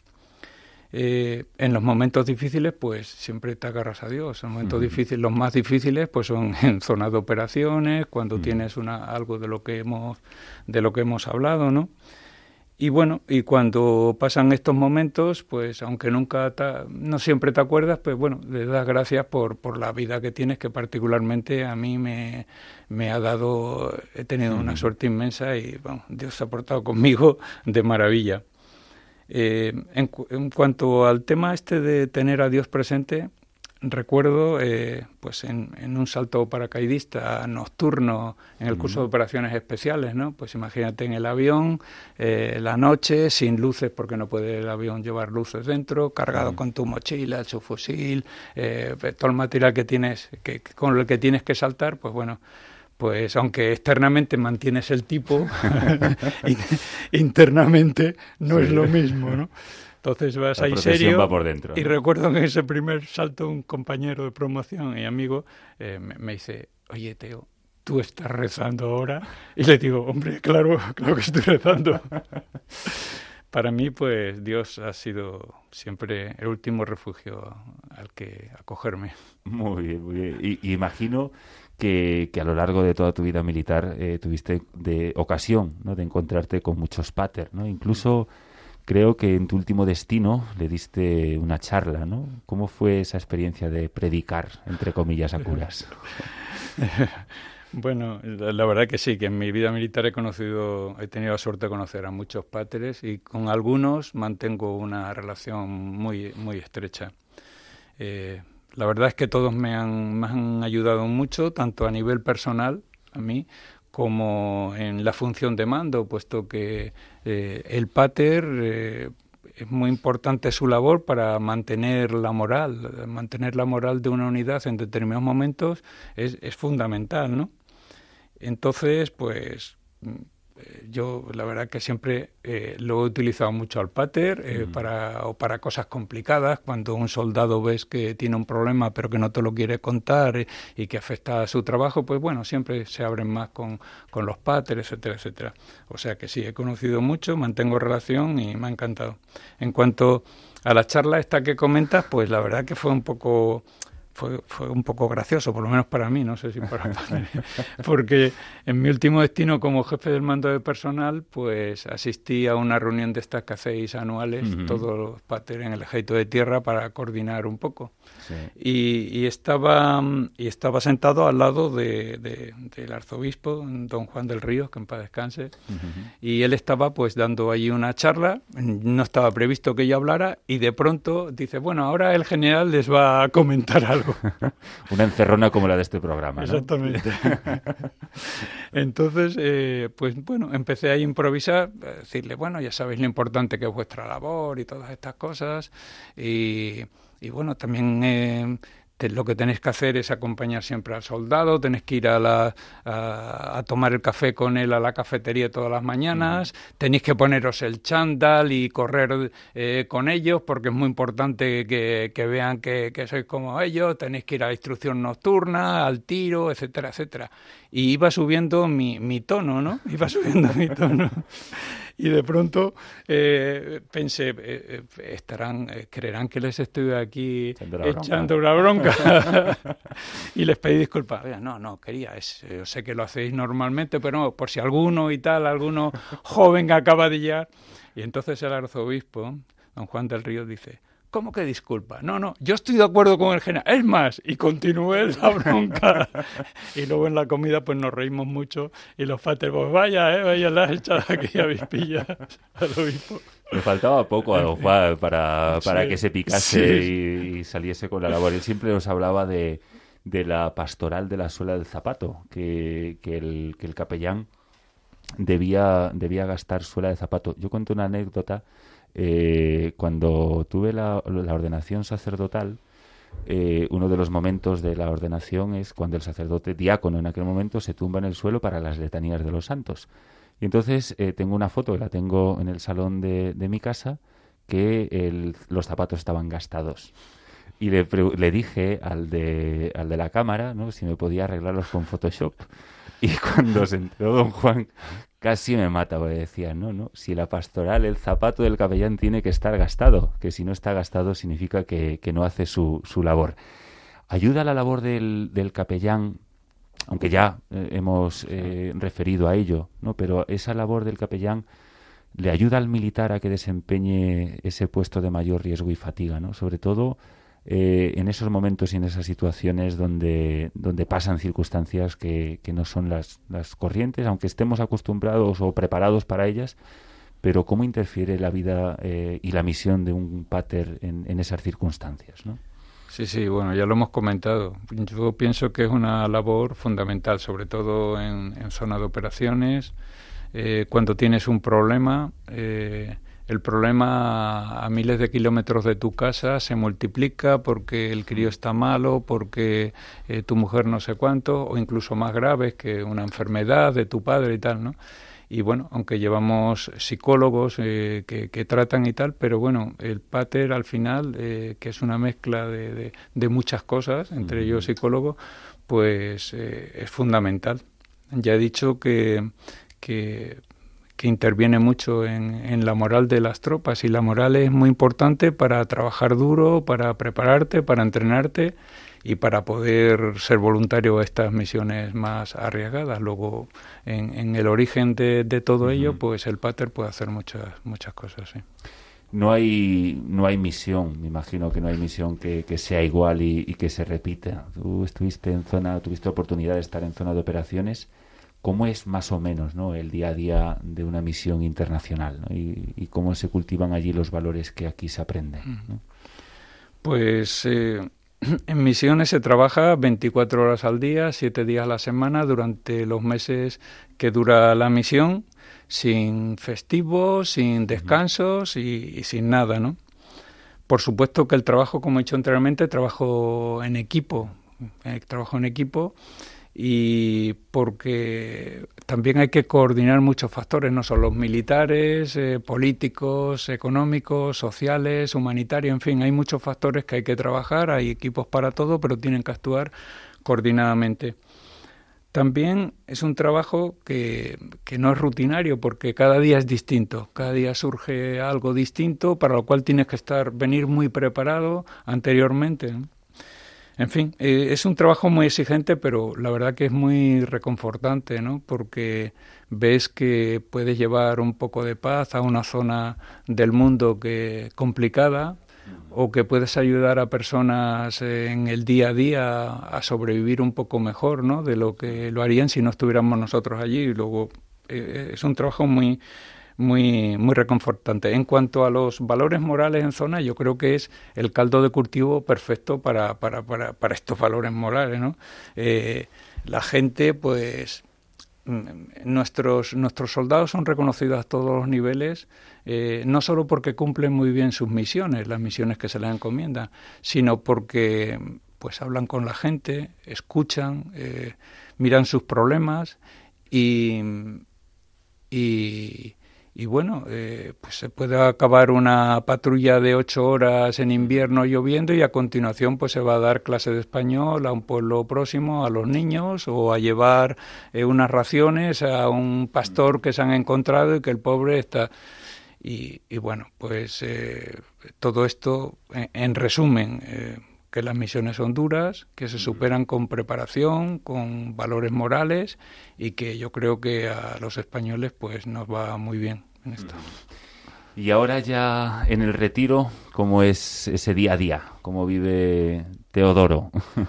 En los momentos difíciles, pues siempre te agarras a Dios. En los momentos difíciles, los más difíciles, pues son en zonas de operaciones, cuando tienes algo de lo que hemos hablado, ¿no? Y bueno, y cuando pasan estos momentos, pues aunque no siempre te acuerdas, pues bueno, le das gracias por la vida que tienes, que particularmente a mí me ha dado, he tenido una suerte inmensa y bueno, Dios se ha portado conmigo de maravilla. En cuanto al tema de tener a Dios presente, recuerdo pues en un salto paracaidista nocturno en el curso de operaciones especiales, ¿no? Pues imagínate en el avión, la noche, sin luces porque no puede el avión llevar luces dentro, cargado con tu mochila, el subfusil, todo el material que tienes, con el que tienes que saltar, pues bueno, pues aunque externamente mantienes el tipo, internamente no es lo mismo, ¿no? Entonces vas ahí serio, va por dentro, ¿no? Y recuerdo que en ese primer salto un compañero de promoción y amigo me dice, oye Teo, ¿tú estás rezando ahora? Y le digo, hombre, claro que estoy rezando. Para mí, pues Dios ha sido siempre el último refugio al que acogerme. Muy bien, muy bien. Y imagino que a lo largo de toda tu vida militar tuviste de ocasión, ¿no?, de encontrarte con muchos pater, ¿no? Incluso creo que en tu último destino le diste una charla, ¿no? ¿Cómo fue esa experiencia de predicar, entre comillas, a curas? Bueno, la verdad que sí, que en mi vida militar he tenido la suerte de conocer a muchos páteres y con algunos mantengo una relación muy, muy estrecha. La verdad es que todos me han ayudado mucho, tanto a nivel personal, a mí, como en la función de mando, puesto que el páter es muy importante su labor para mantener la moral de una unidad en determinados momentos es fundamental, ¿no? Entonces, pues yo la verdad que siempre lo he utilizado mucho al páter para cosas complicadas, cuando un soldado ves que tiene un problema pero que no te lo quiere contar y que afecta a su trabajo, pues bueno, siempre se abren más con los páteres, etcétera, etcétera. O sea que sí, he conocido mucho, mantengo relación y me ha encantado. En cuanto a la charla esta que comentas, pues la verdad que fue un poco gracioso, por lo menos para mí, no sé si para padre, porque en mi último destino como jefe del mando de personal, pues asistí a una reunión de estas que hacéis anuales, todos los páteres en el Ejército de Tierra, para coordinar un poco. Sí. Y estaba sentado al lado del arzobispo, don Juan del Río, que en paz descanse, y él estaba pues dando allí una charla, no estaba previsto que yo hablara, y de pronto dice, bueno, ahora el general les va a comentar algo. Una encerrona como la de este programa, ¿no? Exactamente. Entonces, pues bueno, empecé a improvisar, a decirle, bueno, ya sabéis lo importante que es vuestra labor y todas estas cosas, y bueno, también lo que tenéis que hacer es acompañar siempre al soldado, tenéis que ir a tomar el café con él a la cafetería todas las mañanas, tenéis que poneros el chándal y correr con ellos, porque es muy importante que vean que sois como ellos, tenéis que ir a la instrucción nocturna, al tiro, etcétera, etcétera. Y iba subiendo mi tono, ¿no? Y de pronto pensé, creerán que les estoy aquí echando una bronca. Y les pedí disculpas. No, yo sé que lo hacéis normalmente, pero no, por si alguno joven que acaba de llegar. Y entonces el arzobispo, don Juan del Río, dice, ¿cómo que disculpa? No, yo estoy de acuerdo con el general. Es más, y continué la bronca. Y luego en la comida pues nos reímos mucho y los páteres, pues vaya, la has echado aquí a Vispilla al obispo. Le faltaba poco a don Juan para que se picase y saliese con la labor. Él siempre nos hablaba de la pastoral de la suela del zapato, que el capellán debía gastar suela de zapato. Yo cuento una anécdota. Cuando tuve la ordenación sacerdotal, uno de los momentos de la ordenación es cuando el sacerdote diácono en aquel momento se tumba en el suelo para las letanías de los santos. Y entonces tengo una foto, la tengo en el salón de mi casa, que los zapatos estaban gastados. Y le dije al de la cámara, ¿no?, si me podía arreglarlos con Photoshop. Y cuando se enteró don Juan, casi me mata, porque decía, no, si la pastoral, el zapato del capellán tiene que estar gastado, que si no está gastado significa que no hace su labor. ¿Ayuda la labor del capellán, aunque ya hemos referido a ello, ¿no?, pero esa labor del capellán le ayuda al militar a que desempeñe ese puesto de mayor riesgo y fatiga, ¿no?, sobre todo en esos momentos y en esas situaciones donde pasan circunstancias que no son las corrientes, aunque estemos acostumbrados o preparados para ellas, pero cómo interfiere la vida y la misión de un páter en esas circunstancias, ¿no? Sí, bueno, ya lo hemos comentado. Yo pienso que es una labor fundamental, sobre todo en zona de operaciones. Cuando tienes un problema, el problema a miles de kilómetros de tu casa se multiplica porque el crío está malo, porque tu mujer no sé cuánto, o incluso más graves que una enfermedad de tu padre y tal, ¿no? Y bueno, aunque llevamos psicólogos que tratan y tal, pero bueno, el pater al final, que es una mezcla de muchas cosas, entre ellos psicólogo, pues es fundamental. Ya he dicho que interviene mucho en la moral de las tropas, y la moral es muy importante para trabajar duro, para prepararte, para entrenarte y para poder ser voluntario a estas misiones más arriesgadas. Luego, en el origen de todo ello, pues el pater puede hacer muchas cosas, sí. No hay misión, me imagino que no hay misión que sea igual y que se repita. Tú tuviste oportunidad de estar en zona de operaciones. ¿Cómo es más o menos, ¿no?, el día a día de una misión internacional, ¿no? y cómo se cultivan allí los valores que aquí se aprenden, ¿no? Pues en misiones se trabaja 24 horas al día, 7 días a la semana, durante los meses que dura la misión, sin festivos, sin descansos y sin nada, ¿no? Por supuesto que el trabajo, como he dicho anteriormente, trabajo en equipo, y porque también hay que coordinar muchos factores, no solo los militares, políticos, económicos, sociales, humanitarios, en fin, hay muchos factores que hay que trabajar, hay equipos para todo, pero tienen que actuar coordinadamente. También es un trabajo que no es rutinario, porque cada día es distinto, cada día surge algo distinto, para lo cual tienes que venir muy preparado anteriormente, ¿no? En fin, es un trabajo muy exigente, pero la verdad que es muy reconfortante, ¿no? Porque ves que puedes llevar un poco de paz a una zona del mundo complicada, o que puedes ayudar a personas en el día a día a sobrevivir un poco mejor, ¿no?, de lo que lo harían si no estuviéramos nosotros allí. Y luego es un trabajo muy reconfortante. En cuanto a los valores morales en zona, yo creo que es el caldo de cultivo perfecto para estos valores morales, ¿no? La gente, pues, nuestros soldados son reconocidos a todos los niveles, no solo porque cumplen muy bien sus misiones, las misiones que se les encomiendan, sino porque pues hablan con la gente, escuchan, miran sus problemas y bueno, pues se puede acabar una patrulla de 8 horas en invierno lloviendo, y a continuación pues se va a dar clase de español a un pueblo próximo, a los niños, o a llevar unas raciones a un pastor que se han encontrado y que el pobre está... Y bueno, pues todo esto, en resumen, que las misiones son duras, que se superan con preparación, con valores morales, y que yo creo que a los españoles pues nos va muy bien en esto. Y ahora ya en el retiro, ¿cómo es ese día a día? ¿Cómo vive Teodoro?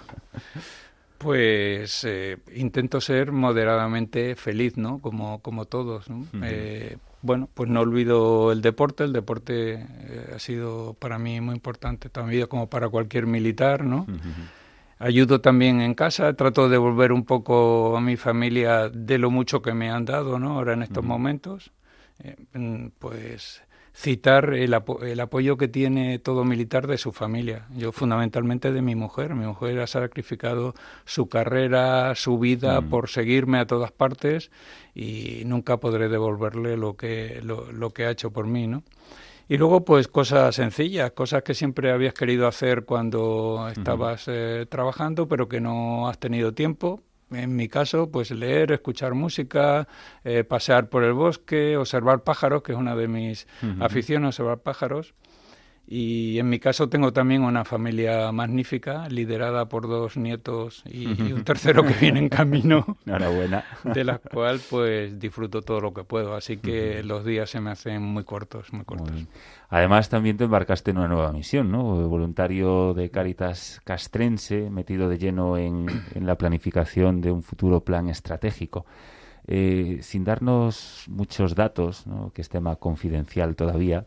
Pues intento ser moderadamente feliz, ¿no? Como todos, ¿no? Bueno, pues no olvido el deporte. El deporte ha sido para mí muy importante toda mi vida, como para cualquier militar, ¿no? Ayudo también en casa, trato de devolver un poco a mi familia de lo mucho que me han dado, ¿no?, ahora en estos momentos. Pues citar el apoyo que tiene todo militar de su familia. Yo fundamentalmente de mi mujer. Mi mujer ha sacrificado su carrera, su vida por seguirme a todas partes, y nunca podré devolverle lo que ha hecho por mí, ¿no? Y luego pues cosas sencillas, cosas que siempre habías querido hacer cuando estabas trabajando, pero que no has tenido tiempo. En mi caso, pues leer, escuchar música, pasear por el bosque, observar pájaros, que es una de mis aficiones, observar pájaros. Y en mi caso tengo también una familia magnífica, liderada por 2 nietos y un tercero que viene en camino. Enhorabuena. De la cual pues disfruto todo lo que puedo. Así que los días se me hacen muy cortos. Muy Además también te embarcaste en una nueva misión, ¿no? Voluntario de Cáritas Castrense, metido de lleno en la planificación de un futuro plan estratégico. Sin darnos muchos datos, ¿no?, que es tema confidencial todavía,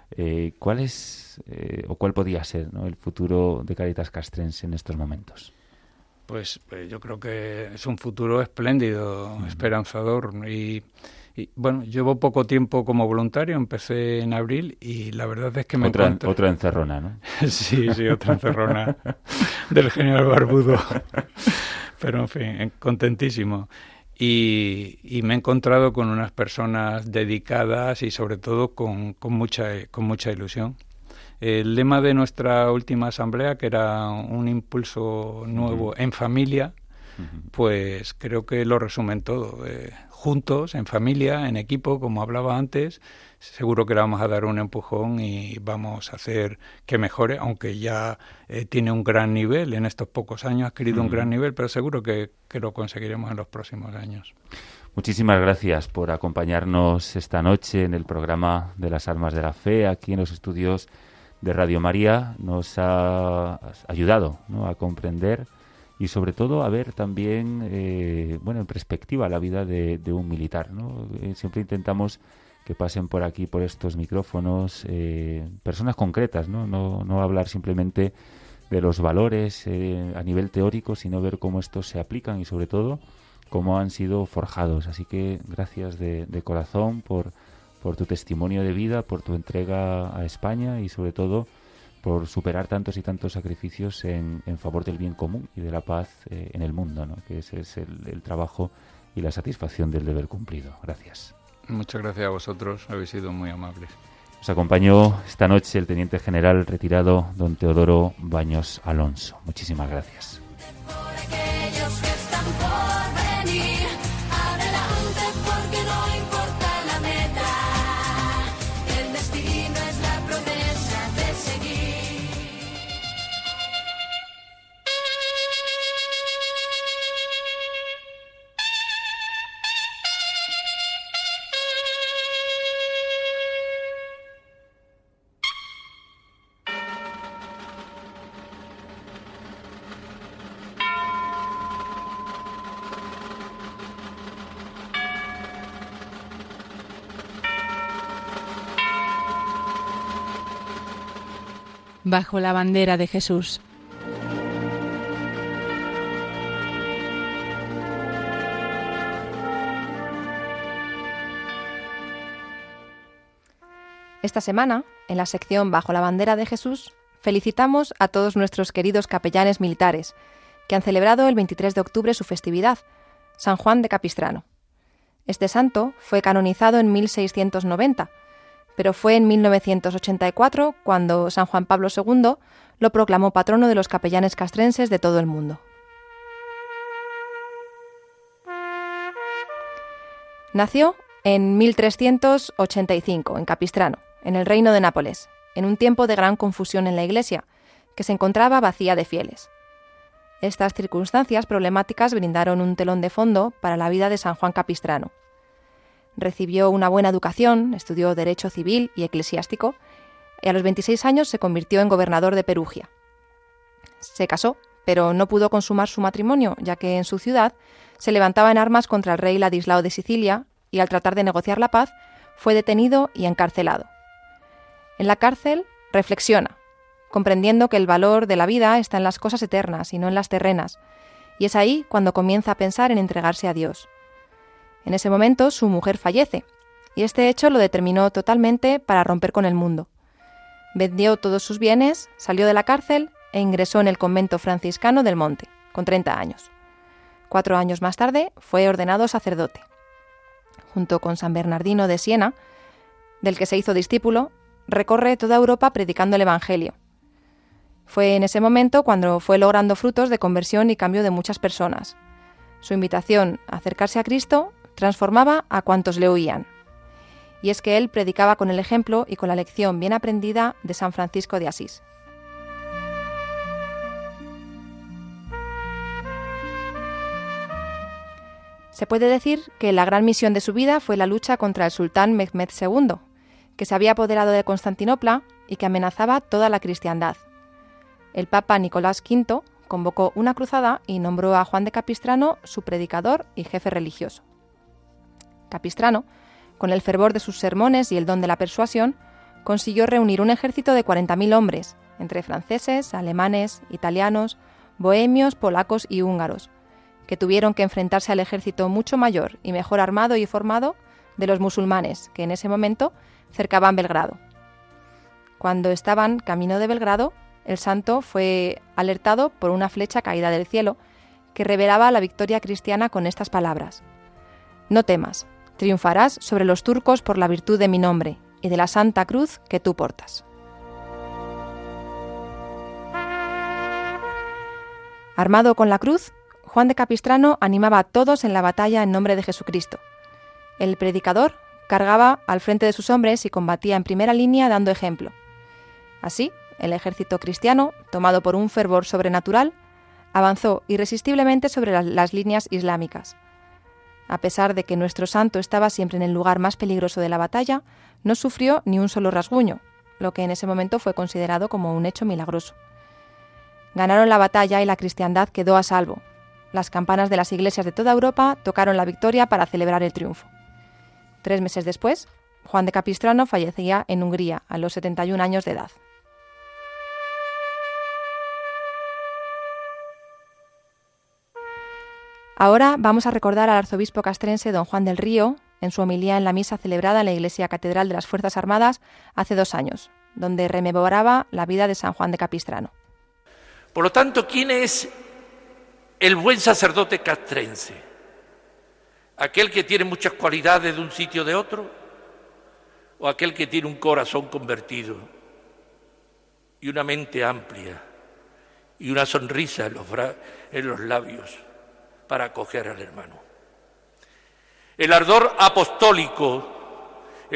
¿Cuál es o cuál podría ser, ¿no?, el futuro de Cáritas Castrense en estos momentos? Pues yo creo que es un futuro espléndido, esperanzador. Y bueno, llevo poco tiempo como voluntario, empecé en abril y la verdad es que me encuentro... Otra encerrona, ¿no? Sí, otra encerrona del general Barbudo. Pero en fin, contentísimo. Y me he encontrado con unas personas dedicadas y sobre todo con mucha ilusión. El lema de nuestra última asamblea, que era un impulso nuevo en familia, pues creo que lo resumen todo. Juntos, en familia, en equipo, como hablaba antes, seguro que le vamos a dar un empujón y vamos a hacer que mejore, aunque ya tiene un gran nivel en estos pocos años, ha adquirido un gran nivel, pero seguro que lo conseguiremos en los próximos años. Muchísimas gracias por acompañarnos esta noche en el programa de las Armas de la Fe, aquí en los estudios de Radio María. Nos ha ayudado, ¿no?, a comprender y sobre todo a ver también en perspectiva la vida de un militar, ¿no? Siempre intentamos que pasen por aquí, por estos micrófonos, personas concretas, ¿no? No hablar simplemente de los valores a nivel teórico, sino ver cómo estos se aplican y sobre todo cómo han sido forjados. Así que gracias de corazón por tu testimonio de vida, por tu entrega a España y sobre todo por superar tantos y tantos sacrificios en favor del bien común y de la paz en el mundo, ¿no?, que ese es el trabajo y la satisfacción del deber cumplido. Gracias. Muchas gracias a vosotros, habéis sido muy amables. Nos acompañó esta noche el teniente general retirado don Teodoro Baños Alonso. Muchísimas gracias. Bajo la bandera de Jesús. Esta semana, en la sección Bajo la bandera de Jesús, felicitamos a todos nuestros queridos capellanes militares, que han celebrado el 23 de octubre su festividad, San Juan de Capistrano. Este santo fue canonizado en 1690, pero fue en 1984 cuando San Juan Pablo II lo proclamó patrono de los capellanes castrenses de todo el mundo. Nació en 1385 en Capistrano, en el reino de Nápoles, en un tiempo de gran confusión en la Iglesia, que se encontraba vacía de fieles. Estas circunstancias problemáticas brindaron un telón de fondo para la vida de San Juan Capistrano. Recibió una buena educación, estudió Derecho Civil y Eclesiástico, y a los 26 años se convirtió en gobernador de Perugia. Se casó, pero no pudo consumar su matrimonio, ya que en su ciudad se levantaba en armas contra el rey Ladislao de Sicilia, y al tratar de negociar la paz, fue detenido y encarcelado. En la cárcel reflexiona, comprendiendo que el valor de la vida está en las cosas eternas y no en las terrenas, y es ahí cuando comienza a pensar en entregarse a Dios. En ese momento su mujer fallece, y este hecho lo determinó totalmente para romper con el mundo. Vendió todos sus bienes, salió de la cárcel e ingresó en el convento franciscano del Monte, con 30 años. 4 años más tarde fue ordenado sacerdote. Junto con San Bernardino de Siena, del que se hizo discípulo, recorre toda Europa predicando el Evangelio. Fue en ese momento cuando fue logrando frutos de conversión y cambio de muchas personas. Su invitación a acercarse a Cristo transformaba a cuantos le oían. Y es que él predicaba con el ejemplo y con la lección bien aprendida de San Francisco de Asís. Se puede decir que la gran misión de su vida fue la lucha contra el sultán Mehmed II, que se había apoderado de Constantinopla y que amenazaba toda la cristiandad. El Papa Nicolás V convocó una cruzada y nombró a Juan de Capistrano su predicador y jefe religioso. Capistrano, con el fervor de sus sermones y el don de la persuasión, consiguió reunir un ejército de 40.000 hombres, entre franceses, alemanes, italianos, bohemios, polacos y húngaros, que tuvieron que enfrentarse al ejército mucho mayor y mejor armado y formado de los musulmanes, que en ese momento cercaban Belgrado. Cuando estaban camino de Belgrado, el santo fue alertado por una flecha caída del cielo que revelaba la victoria cristiana con estas palabras: «No temas, triunfarás sobre los turcos por la virtud de mi nombre y de la santa cruz que tú portas». Armado con la cruz, Juan de Capistrano animaba a todos en la batalla en nombre de Jesucristo. El predicador cargaba al frente de sus hombres y combatía en primera línea dando ejemplo. Así, el ejército cristiano, tomado por un fervor sobrenatural, avanzó irresistiblemente sobre las líneas islámicas. A pesar de que nuestro santo estaba siempre en el lugar más peligroso de la batalla, no sufrió ni un solo rasguño, lo que en ese momento fue considerado como un hecho milagroso. Ganaron la batalla y la cristiandad quedó a salvo. Las campanas de las iglesias de toda Europa tocaron la victoria para celebrar el triunfo. 3 meses después, Juan de Capistrano fallecía en Hungría a los 71 años de edad. Ahora vamos a recordar al arzobispo castrense don Juan del Río en su homilía en la misa celebrada en la Iglesia Catedral de las Fuerzas Armadas hace 2 años, donde rememoraba la vida de San Juan de Capistrano. Por lo tanto, ¿quién es el buen sacerdote castrense? ¿Aquel que tiene muchas cualidades de un sitio o de otro? ¿O aquel que tiene un corazón convertido y una mente amplia y una sonrisa en los labios para acoger al hermano? El ardor apostólico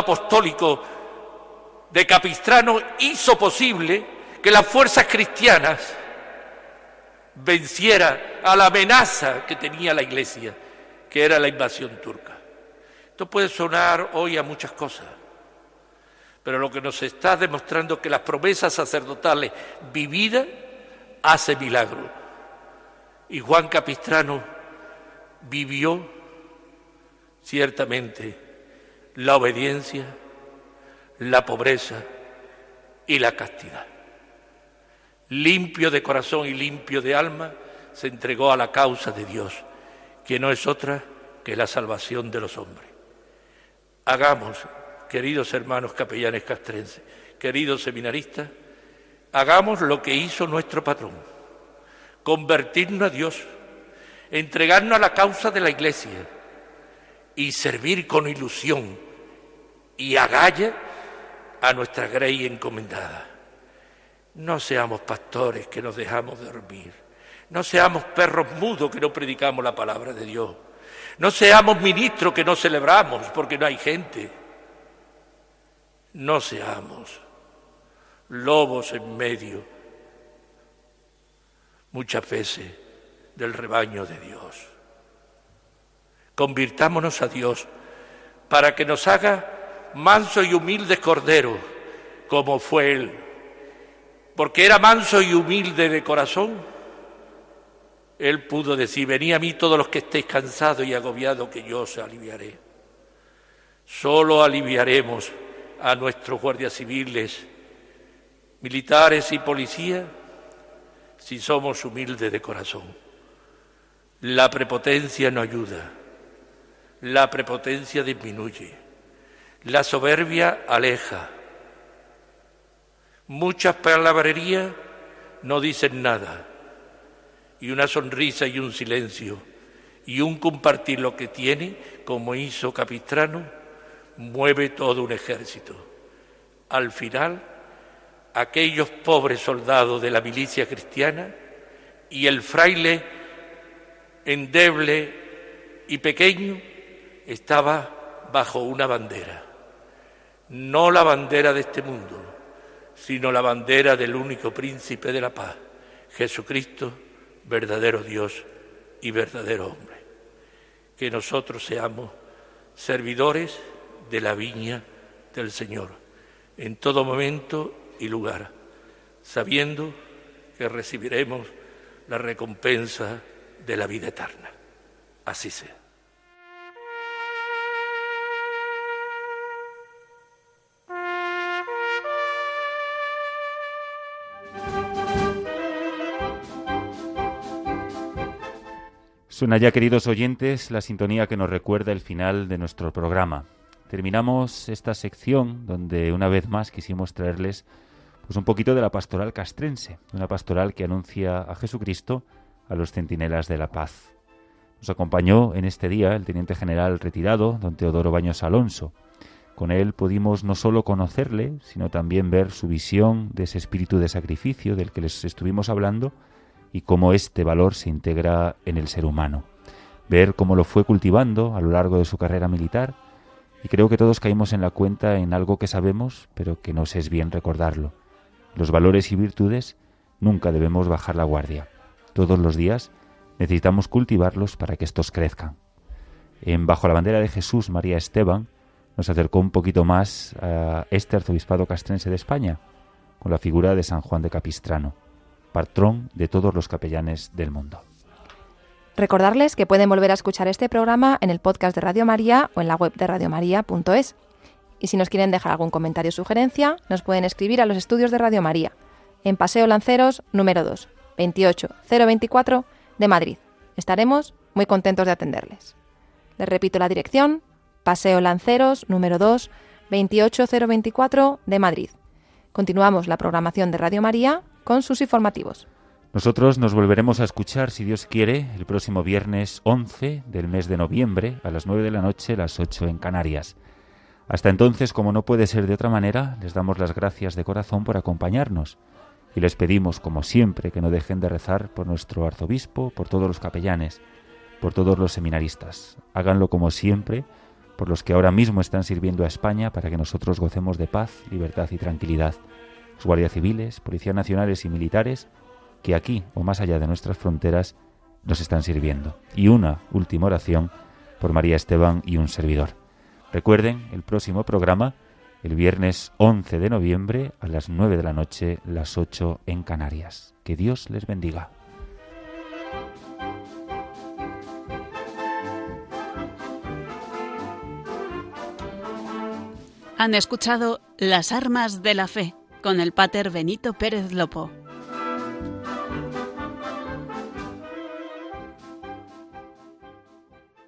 de Capistrano hizo posible que las fuerzas cristianas vencieran a la amenaza que tenía la Iglesia, que era la invasión turca. Esto puede sonar hoy a muchas cosas, pero lo que nos está demostrando es que las promesas sacerdotales vividas hacen milagros. Y Juan Capistrano vivió ciertamente la obediencia, la pobreza y la castidad. Limpio de corazón y limpio de alma, se entregó a la causa de Dios, que no es otra que la salvación de los hombres. Hagamos, queridos hermanos capellanes castrenses, queridos seminaristas, hagamos lo que hizo nuestro patrón: convertirnos a Dios, entregarnos a la causa de la Iglesia y servir con ilusión y agallas a nuestra grey encomendada. No seamos pastores que nos dejamos dormir, no seamos perros mudos que no predicamos la palabra de Dios, no seamos ministros que no celebramos porque no hay gente, no seamos lobos en medio, muchas veces, del rebaño de Dios. Convirtámonos a Dios para que nos haga mansos y humildes corderos, como fue Él, porque era manso y humilde de corazón. Él pudo decir: venid a mí todos los que estéis cansados y agobiados, que yo os aliviaré. Solo aliviaremos a nuestros guardias civiles, militares y policías si somos humildes de corazón. La prepotencia no ayuda, la prepotencia disminuye, la soberbia aleja. Muchas palabrerías no dicen nada, y una sonrisa y un silencio y un compartir lo que tiene, como hizo Capistrano, mueve todo un ejército. Al final, aquellos pobres soldados de la milicia cristiana y el fraile endeble y pequeño estaba bajo una bandera, no la bandera de este mundo, sino la bandera del único príncipe de la paz, Jesucristo, verdadero Dios y verdadero hombre. Que nosotros seamos servidores de la viña del Señor, en todo momento y lugar, sabiendo que recibiremos la recompensa de la vida eterna. Así sea. Suena ya, queridos oyentes, la sintonía que nos recuerda el final de nuestro programa. Terminamos esta sección donde una vez más quisimos traerles pues un poquito de la pastoral castrense, una pastoral que anuncia a Jesucristo a los centinelas de la paz. Nos acompañó en este día el teniente general retirado, don Teodoro Baños Alonso. Con él pudimos no solo conocerle, sino también ver su visión de ese espíritu de sacrificio del que les estuvimos hablando y cómo este valor se integra en el ser humano. Ver cómo lo fue cultivando a lo largo de su carrera militar, y creo que todos caímos en la cuenta en algo que sabemos, pero que nos es bien recordarlo. Los valores y virtudes nunca debemos bajar la guardia. Todos los días necesitamos cultivarlos para que estos crezcan. En Bajo la bandera de Jesús, María Esteban nos acercó un poquito más a este arzobispado castrense de España, con la figura de San Juan de Capistrano, patrón de todos los capellanes del mundo. Recordarles que pueden volver a escuchar este programa en el podcast de Radio María o en la web de radiomaria.es. Y si nos quieren dejar algún comentario o sugerencia, nos pueden escribir a los estudios de Radio María, en Paseo Lanceros, número 2, 28024 de Madrid. Estaremos muy contentos de atenderles. Les repito la dirección: Paseo Lanceros, número 2, 28024 de Madrid. Continuamos la programación de Radio María con sus informativos. Nosotros nos volveremos a escuchar, si Dios quiere, el próximo viernes 11 del mes de noviembre, a las 9 de la noche, las 8 en Canarias. Hasta entonces, como no puede ser de otra manera, les damos las gracias de corazón por acompañarnos y les pedimos, como siempre, que no dejen de rezar por nuestro arzobispo, por todos los capellanes, por todos los seminaristas. Háganlo como siempre, por los que ahora mismo están sirviendo a España para que nosotros gocemos de paz, libertad y tranquilidad. Los guardias civiles, policías nacionales y militares que aquí o más allá de nuestras fronteras nos están sirviendo. Y una última oración por María Esteban y un servidor. Recuerden, el próximo programa, el viernes 11 de noviembre a las 9 de la noche, las 8 en Canarias. Que Dios les bendiga. Han escuchado Las Armas de la Fe con el Pater Benito Pérez Lopo.